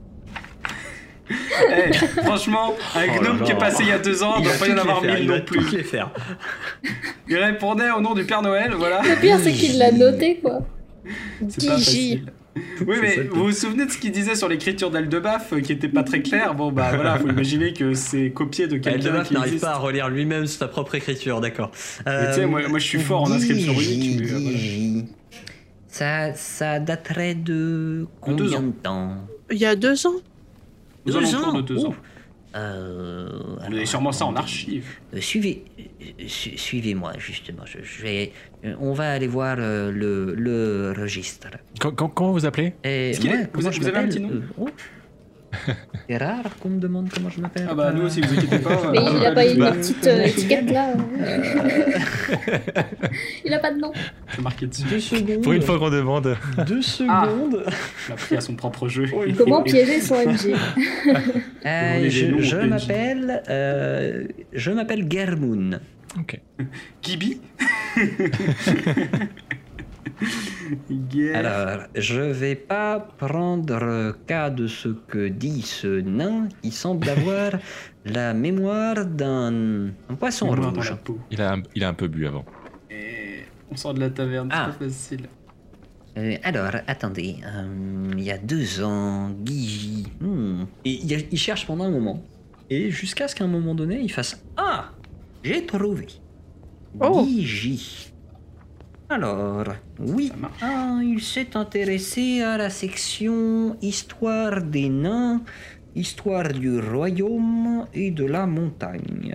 B: Eh, franchement, un
A: Oh là
B: gnome
A: là.
B: qui est passé il y a deux ans, il ne doit pas y en avoir mille non plus.
A: toutes les faire.
B: Il répondait au nom du Père Noël, voilà.
D: Le pire, c'est qu'il l'a noté, quoi.
B: C'est pas
E: Gigi.
B: facile. Oui,
A: C'est
B: mais
A: ça, le
B: vous vous souvenez de ce qu'il disait sur l'écriture d'Aldebaf, euh, qui était pas très clair. Bon, bah voilà, faut imaginer que c'est copié de quelqu'un
A: Eldebaf
B: qui
A: n'arrive
B: existe.
A: pas à relire lui-même sa propre écriture, d'accord.
B: Mais tu sais, moi- moi, je suis fort en inscription runique, mais, euh, voilà.
F: Gigi. Ça, ça daterait de combien
B: deux
F: de,
B: ans.
F: temps
E: Il y a deux ans.
B: Aux
F: Deux
B: alentours
F: ans.
B: de deux ans.
F: euh,
B: Vous
F: alors,
B: avez sûrement ça en
F: attendez.
B: archive.
F: Euh, suivez, euh, su- suivez-moi justement. Je, je vais, euh, on va aller voir euh, le, le registre.
C: Quand- quand- Comment vous appelez
F: Et
B: Est-ce qu'il
F: moi,
B: est- vous
F: comment
B: avez-
F: je
B: vous avez un
F: m'appelle
B: petit nom
F: Euh, oh. C'est rare qu'on me demande comment je m'appelle.
B: Ah bah nous aussi, vous inquiétez pas.
D: Mais
B: euh,
D: il a pas une
C: Bah.
D: petite euh, étiquette là. Il a pas de nom.
B: C'est marqué dessus.
A: Deux secondes.
C: Pour une fois qu'on demande.
A: Deux secondes.
B: Il a pris à son propre jeu.
D: Comment piéger son M J
A: Euh,
B: Demandez des noms
A: je
B: au
A: je
B: P N J.
A: m'appelle. euh, je m'appelle Germoun.
C: Ok.
B: Gibi Guerre.
A: Alors, je vais pas prendre cas de ce que dit ce nain qui semble avoir la mémoire d'un un poisson
B: Mémoire dans
A: rouge.
B: la peau.
C: Il a, un- il a un peu bu avant.
B: Et on sort de la taverne, c'est
A: Ah.
B: pas facile.
F: Euh, alors, attendez, euh, il y a deux ans, Guy.
A: Hmm. Et il, il cherche pendant un moment. Et jusqu'à ce qu'à un moment donné, il fasse Ah, j'ai trouvé.
E: Oh.
A: Gigi. Alors, oui.
B: Ça marche.
A: Ah, il s'est intéressé à la section Histoire des nains, Histoire du royaume et de la montagne.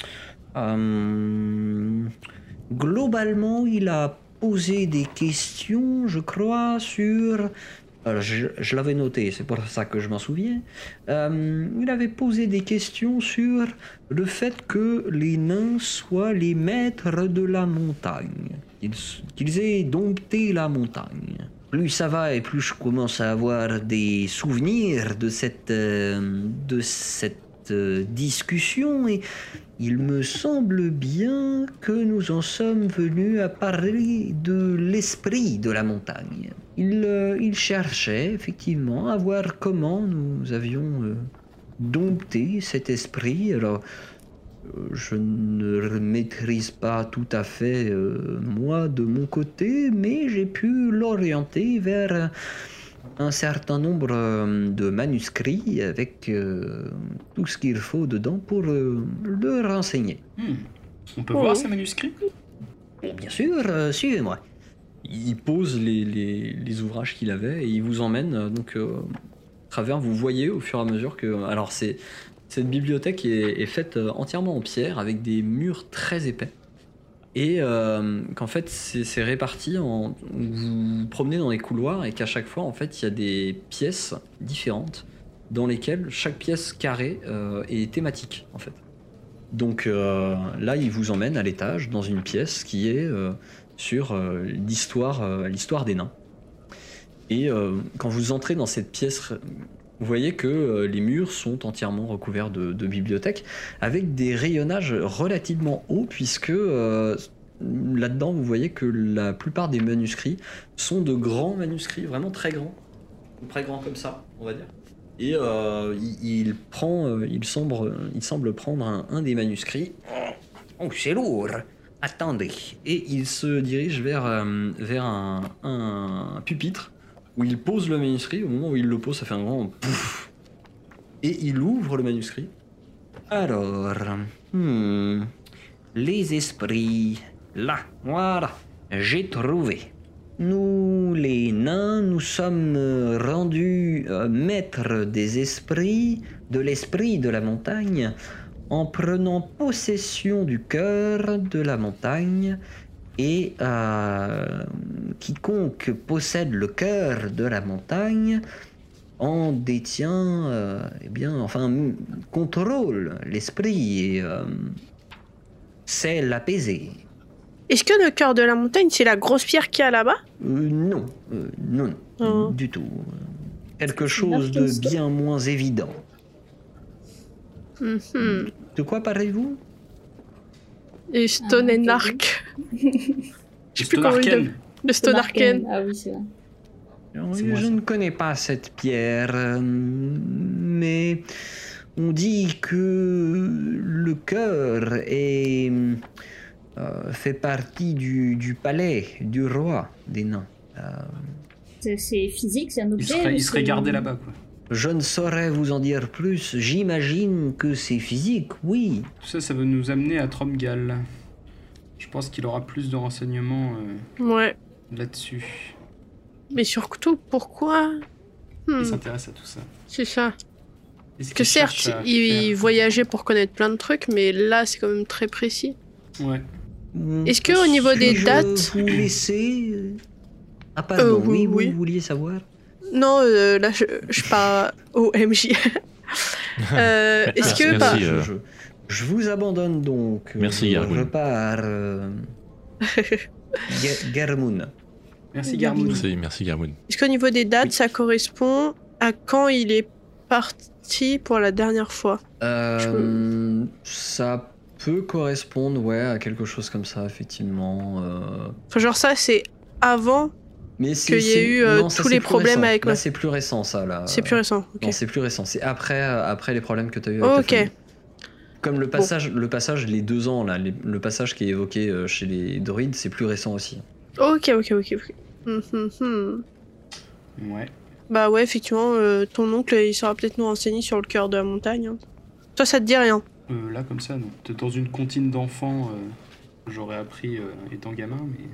A: Euh, globalement, il a posé des questions, je crois, sur... Alors, je, je l'avais noté, c'est pour ça que je m'en souviens. Euh, il avait posé des questions sur le fait que les nains soient les maîtres de la montagne, qu'ils qu'ils aient dompté la montagne. Plus ça va et plus je commence à avoir des souvenirs de cette, euh, de cette euh, discussion et il me semble bien que nous en sommes venus à parler de l'esprit de la montagne. Il, euh, il cherchait effectivement à voir comment nous avions euh, dompté cet esprit. Alors, euh, je ne le maîtrise pas tout à fait euh, moi de mon côté, mais j'ai pu l'orienter vers un certain nombre euh, de manuscrits avec euh, tout ce qu'il faut dedans pour euh, le renseigner.
B: Hmm. On peut
E: Oh.
B: voir ces manuscrits
A: Bon, bien sûr, euh, suivez-moi. Il pose les, les- les ouvrages qu'il avait et il vous emmène euh, donc euh, à travers. Vous voyez au fur et à mesure que, alors c'est cette bibliothèque est, est faite euh, entièrement en pierre avec des murs très épais. et euh, qu'en fait c'est c'est réparti en vous vous promenez dans les couloirs et qu'à chaque fois en fait il y a des pièces différentes dans lesquelles chaque pièce carrée euh, est thématique en fait. Donc euh, là il vous emmène à l'étage dans une pièce qui est euh, sur euh, l'histoire euh, l'histoire des nains. Et euh, quand vous entrez dans cette pièce, vous voyez que euh, les murs sont entièrement recouverts de, de bibliothèques avec des rayonnages relativement hauts puisque euh, là-dedans vous voyez que la plupart des manuscrits sont de grands manuscrits, vraiment très grands, très grands comme ça, on va dire. Et euh, il, il prend, euh, il semble, il semble prendre un, un des manuscrits.
F: Oh, c'est lourd.
A: Attendez. Et il se dirige vers, euh, vers un, un pupitre où il pose le manuscrit. Au moment où il le pose, ça fait un grand pouf. Et il ouvre le manuscrit.
F: Alors, hmm, les esprits. Là, voilà, j'ai trouvé. Nous, les nains, nous sommes rendus euh, maîtres des esprits, de l'esprit de la montagne, en prenant possession du cœur de la montagne. Et euh, quiconque possède le cœur de la montagne en détient, euh, eh bien, enfin, contrôle l'esprit et euh, sait l'apaiser.
E: Est-ce que le cœur de la montagne, c'est la grosse pierre qu'il y a là-bas?
A: Euh, non, euh, non,
E: Oh.
A: du tout. Quelque chose de bien moins évident.
E: Mhm.
A: De quoi parlez-vous?
E: Et Stone
D: Ah,
E: and
D: ok.
E: Arc. Je sais plus
B: Stone
E: comment il
B: Arcane.
E: l'appelle. Le Stone Arcane.
D: Ah oui, c'est vrai.
B: C'est moi,
A: Je
B: ça.
A: ne connais pas cette pierre, euh, mais on dit que le cœur est, euh, fait partie du, du palais du roi des nains. Euh,
D: C'est c'est physique, c'est un
B: Il
D: objet.
B: serait,
D: ou
B: il serait
D: c'est-
B: gardé là-bas, quoi.
A: je ne saurais vous en dire plus. J'imagine que c'est physique, oui.
B: Tout ça, ça veut nous amener à Tromgal. Je pense qu'il aura plus de renseignements euh,
E: Ouais.
B: là-dessus.
E: Mais surtout, pourquoi? Hmm,
B: Il s'intéresse à tout ça.
E: c'est ça.
B: Est-ce
E: Que
B: qu'il
E: certes,
B: cherche à
E: il
B: faire-
E: voyageait pour connaître plein de trucs, mais là, c'est quand même très précis.
B: Ouais.
E: Est-ce que au niveau des
A: Puis-je
E: dates-
A: vous laisser... Ah pardon,
E: Euh,
A: oui,
E: oui,
A: vous
E: oui.
A: vouliez savoir?
E: Non, euh, là, je, je pars au M J. euh, Est-ce
C: Merci,
E: que...
C: merci.
E: par-
C: euh,
A: je, je vous abandonne donc.
C: Merci,
A: Je
C: Gargoune.
A: repars. Euh... Ga- Garmoun.
B: Merci Garmoun.
C: Merci, merci Garmoun.
E: Est-ce qu'au niveau des dates,
B: Oui.
E: ça correspond à quand il est parti pour la dernière fois?
A: Euh, ça peut correspondre, ouais, à quelque chose comme ça, effectivement. euh.
E: Enfin, genre ça, c'est avant,
A: Mais c'est-
E: Qu'il y ait
A: c'est-
E: eu, euh,
A: non, ça,
E: tous
A: c'est
E: les
A: plus
E: problèmes
A: récent.
E: avec
A: Là,
E: ma-
A: c'est plus récent, ça, là.
E: c'est plus récent. ok.
A: Non, c'est plus récent. C'est après, euh, après les problèmes que tu as eu avec
E: Ok.
A: ta famille. Comme le passage, le passage, les deux ans, là, les- le passage qui est évoqué euh, chez les druides, c'est plus récent aussi.
E: Ok, ok, ok. ok. Hum, hum, hum.
B: Ouais.
E: Bah ouais, effectivement, euh, ton oncle, il saura peut-être nous renseigner sur le cœur de la montagne. hein. Toi, ça te dit rien?
B: Euh, là, comme ça, non. Peut-être dans une comptine d'enfants, euh, j'aurais appris euh, étant gamin, mais.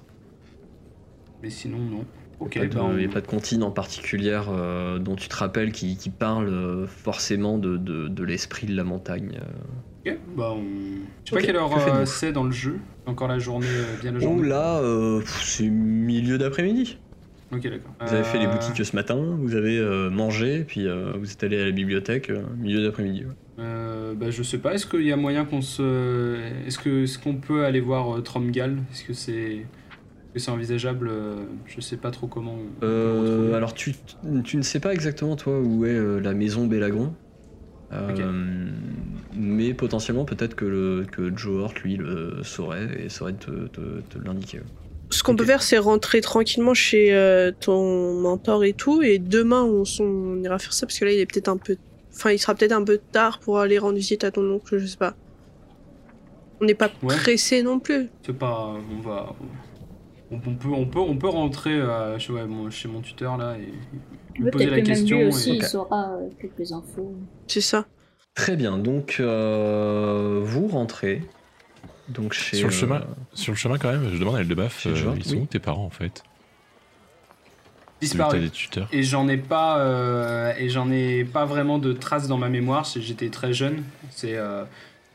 B: Mais sinon, non. Ok,
A: Il n'y a,
B: bah,
A: pas de-
B: on-
A: y a pas de comptine en particulier euh, dont tu te rappelles qui, qui parle euh, forcément de, de, de l'esprit de la montagne. euh.
B: Ok, bah on. Je sais
A: Ok,
B: pas quelle heure
A: que faites-vous
B: euh, c'est dans le jeu. Encore la journée, euh, bien la
A: Oh
B: journée.
A: là, euh, pff, c'est milieu d'après-midi.
B: Ok, d'accord.
A: Vous avez fait les
B: Euh,
A: boutiques ce matin, vous avez euh, mangé, puis euh, vous êtes allé à la bibliothèque, euh, milieu d'après-midi. ouais.
B: Euh, bah, je sais pas, est-ce qu'il y a moyen qu'on se. Est-ce que est-ce qu'on peut aller voir euh, Tromgal? Est-ce que c'est. Est-ce que c'est envisageable? euh, Je sais pas trop comment. on peut le
A: Euh,
B: retrouver.
A: alors tu, tu ne sais pas exactement toi où est euh, la maison Bellagron. Euh,
B: Ok.
A: Mais potentiellement peut-être que, le, que Joe Hort lui le saurait et saurait te, te, te l'indiquer. ouais.
E: Ce qu'on
B: Ok.
E: peut faire, c'est rentrer tranquillement chez euh, ton mentor et tout, et demain, on, s'en- on ira faire ça, parce que là, il est peut-être un peu... Enfin, il sera peut-être un peu tard pour aller rendre visite à ton oncle, je sais pas. On n'est pas
B: Ouais.
E: pressé non plus.
B: C'est pas. On va. On, on peut, on, peut, on peut rentrer euh, chez, ouais, mon, chez mon tuteur là et lui poser
D: Peut-être
B: la
D: que même
B: question.
D: lui
B: et-
D: aussi,
A: Ok.
D: il saura euh, quelques infos.
E: C'est ça.
A: Très bien, donc euh, vous rentrez donc chez,
C: Sur le
A: euh,
C: chemin, sur le chemin quand même, je demande à Eldebaf,
A: Chez
C: euh,
A: Joe,
C: ils sont
A: oui.
C: où tes parents en fait? Vu que
B: Disparu.
C: t'as des tuteurs.
B: Et j'en ai pas euh, et j'en ai pas vraiment de traces dans ma mémoire. c'est- J'étais très jeune. C'est euh,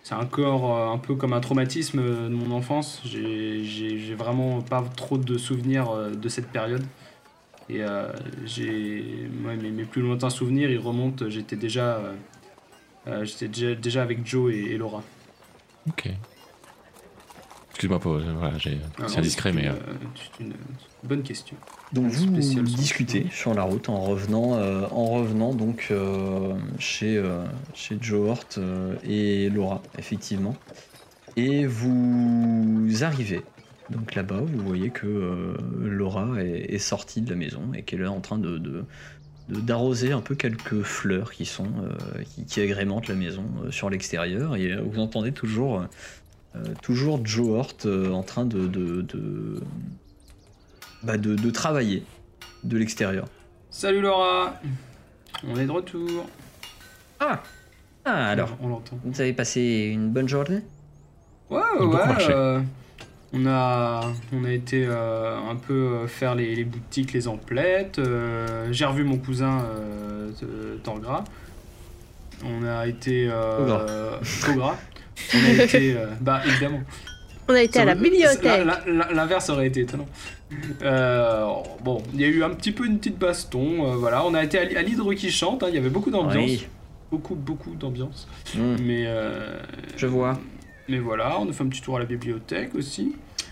B: c'est encore euh, un peu comme un traumatisme euh, de mon enfance. J'ai, j'ai, j'ai vraiment pas trop de souvenirs euh, de cette période. Et euh, j'ai, ouais, mes, mes plus lointains souvenirs, ils remontent. J'étais déjà, euh, euh, j'étais déjà, déjà avec Joe et, et Laura.
C: Ok. Excuse-moi, pour, voilà, j'ai,
B: Ah
C: c'est
B: non,
C: indiscret,
B: c'est
C: mais...
B: une,
C: euh,
B: euh, c'est une bonne question.
A: Donc
B: Un
A: vous
B: spécial son.
A: discutez sur la route en revenant, euh, en revenant donc euh, chez, euh, chez Joe Hort euh, et Laura, effectivement. Et vous arrivez donc là-bas, vous voyez que euh, Laura est, est sortie de la maison et qu'elle est en train de, de, de- d'arroser un peu quelques fleurs qui sont euh, qui, qui agrémentent la maison euh, sur l'extérieur. Et euh, vous entendez toujours, euh, toujours Joe Hort euh, en train de, de, de, bah, de, de travailler de l'extérieur.
B: Salut Laura, on est de retour.
A: Ah Ah alors,
B: on l'entend.
A: vous avez passé une bonne journée?
B: Ouais,
C: a beaucoup
B: ouais.
C: marché.
B: euh, on a, on a été euh, un peu euh, faire les, les boutiques, les emplettes. euh, J'ai revu mon cousin euh, de- Torgras. On a été euh,
A: Togras.
B: Togras. On a été, euh, bah évidemment.
E: On a été à la
B: Ça-
E: bibliothèque.
B: la- la- la- L'inverse aurait été étonnant. Euh, bon, il y a eu un petit peu une petite baston. euh, voilà, on a été à, L- à l'Hydre qui chante. hein, Il y avait beaucoup d'ambiance,
A: Oui.
B: beaucoup, beaucoup d'ambiance.
A: Hmm,
B: Mais euh,
A: je vois.
B: Mais voilà, on a fait un petit tour à la bibliothèque aussi.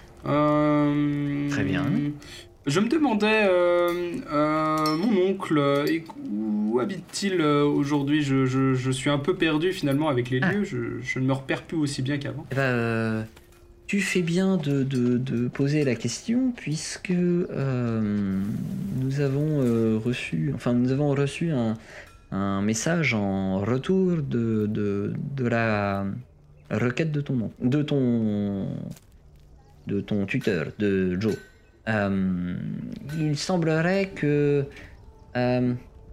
B: Euh,
A: Très bien.
B: Je me demandais, euh, euh, mon oncle, euh, et- où habite-t-il euh, aujourd'hui je, je, je suis un peu perdu finalement avec les
A: Ah.
B: lieux, je, je ne me repère plus aussi bien qu'avant.
A: Eh ben, euh, tu fais bien de, de- de poser la question puisque euh, nous avons euh, reçu, enfin nous avons reçu un, un message en retour de, de, de la requête de ton nom, de ton de ton tuteur, de Joe. Euh, il semblerait que euh,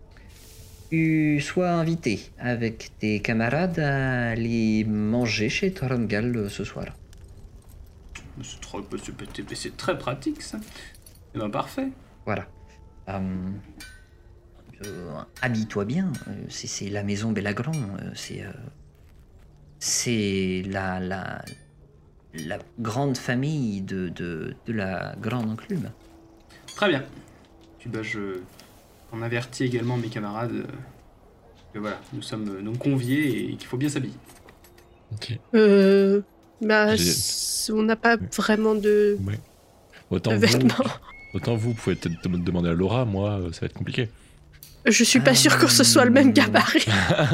A: tu sois invité avec tes camarades à aller manger chez Thorngal euh, ce soir.
B: C'est trop- c'est- c'est très pratique ça. Eh ben parfait.
A: Voilà. Euh, euh, habille-toi bien. euh, C'est c'est la maison Bellagrand. euh, C'est euh, c'est la, la, la grande famille de, de, de la grande enclume.
B: Très bien. Puis bah je on avertit également mes camarades euh, que voilà, nous sommes euh, donc conviés et qu'il faut bien s'habiller.
C: Ok.
E: Euh, bah,
C: J'ai-
E: c- on n'a pas vraiment de,
C: Ouais.
E: de
C: Autant vous,
E: vêtements.
C: autant vous pouvez peut-être dem- demander à Laura, moi, euh, ça va être compliqué.
E: Je suis pas sûre que ce soit le même gabarit.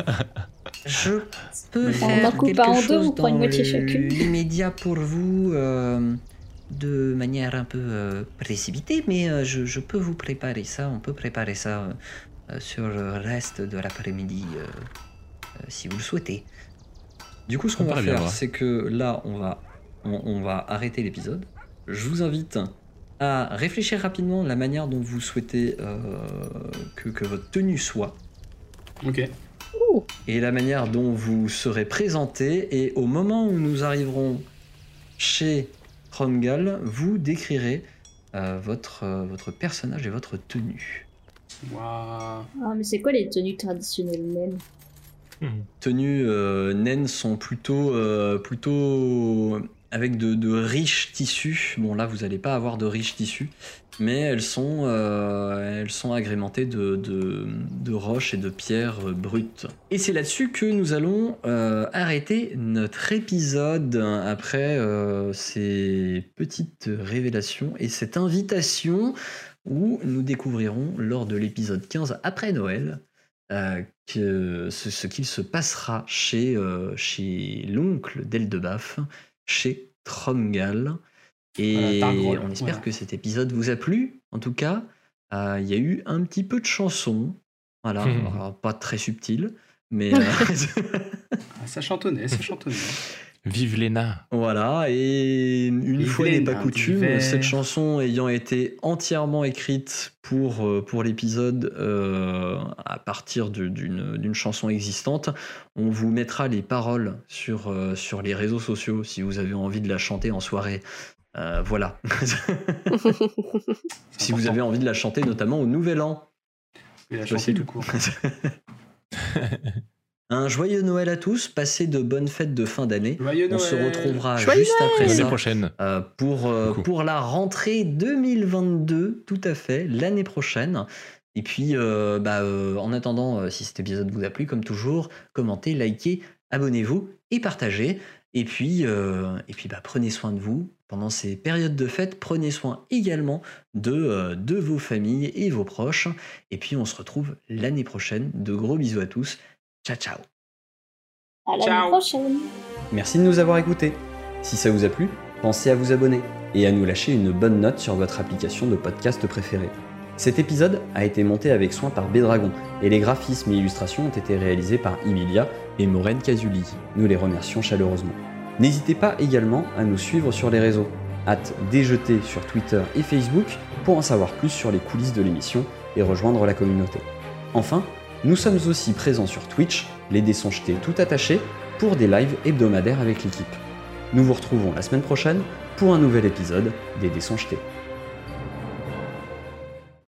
A: Je peux
B: On
A: faire
D: en coupe
A: quelque
D: pas en deux,
A: chose
D: on prend une
A: dans
D: moitié
A: le-
D: chacune.
A: l'immédiat pour vous, euh, de manière un peu euh, précipitée, mais euh, je, je peux vous préparer ça. On peut préparer ça euh, euh, sur le reste de l'après-midi, euh, euh, si vous le souhaitez. Du coup, ce qu'on
C: Ça
A: va
C: me paraît bien,
A: faire,
C: ouais.
A: c'est que là, on va, on, on va arrêter l'épisode. Je vous invite à réfléchir rapidement à la manière dont vous souhaitez euh, que, que votre tenue soit
B: Ok.
A: et la manière dont vous serez présenté. Et au moment où nous arriverons chez Tromgal, vous décrirez euh, votre, euh, votre personnage et votre tenue.
B: Waouh.
D: Ah, mais c'est quoi les tenues traditionnelles même?
A: Tenues euh, naines sont plutôt, euh, plutôt avec de, de riches tissus. Bon, là, vous n'allez pas avoir de riches tissus, mais elles sont, euh, elles sont agrémentées de, de, de roches et de pierres euh, brutes. Et c'est là-dessus que nous allons euh, arrêter notre épisode après euh, ces petites révélations et cette invitation où nous découvrirons lors de l'épisode quinze après Noël euh, que ce, ce qu'il se passera chez, euh, chez l'oncle d'Eldebaf, chez Tromgal. Et
B: Voilà, Targrol,
A: on espère
B: voilà.
A: que cet épisode vous a plu. En tout cas, euh, il y a eu un petit peu de chansons. Voilà,
C: Mhm.
A: alors, pas très subtil, mais euh,
B: Ah, ça chantonnait, ça chantonnait.
C: Vive Léna.
A: voilà. Et une
B: Vive
A: fois
B: les
A: n'est pas
B: nains
A: coutume,
B: d'hiver.
A: cette chanson ayant été entièrement écrite pour, euh, pour l'épisode euh, à partir de- d'une d'une chanson existante, on vous mettra les paroles sur, euh, sur les réseaux sociaux si vous avez envie de la chanter en soirée. Euh, voilà. Si vous avez envie de la chanter, notamment au Nouvel An.
B: Et la
A: C'est
B: chanter
A: possible.
B: tout court.
A: Un joyeux Noël à tous, passez de bonnes fêtes de fin d'année.
B: Joyeux
A: On
B: Noël.
A: se retrouvera
E: Joyeux
A: juste après
C: L'année
A: ça
C: prochaine.
A: euh, pour, euh,
C: Coucou.
A: pour la rentrée deux mille vingt-deux, tout à fait, l'année prochaine. Et puis, euh, bah, euh, en attendant, euh, si cet épisode vous a plu, comme toujours, commentez, likez, abonnez-vous et partagez. Et puis, euh, et puis bah, prenez soin de vous pendant ces périodes de fête. Prenez soin également de, euh, de vos familles et vos proches. Et puis, on se retrouve l'année prochaine. De gros bisous à tous. Ciao, ciao.
D: À l'année
B: Ciao.
D: prochaine.
G: Merci de nous avoir écoutés. Si ça vous a plu, pensez à vous abonner et à nous lâcher une bonne note sur votre application de podcast préférée. Cet épisode a été monté avec soin par Bédragon et les graphismes et illustrations ont été réalisés par Emilia et Maureen Casuli. Nous les remercions chaleureusement. N'hésitez pas également à nous suivre sur les réseaux, hâte déjeter sur Twitter et Facebook pour en savoir plus sur les coulisses de l'émission et rejoindre la communauté. Enfin, nous sommes aussi présents sur Twitch, les dés sont jetés tout attachés, pour des lives hebdomadaires avec l'équipe. Nous vous retrouvons la semaine prochaine pour un nouvel épisode des dés sont jetés.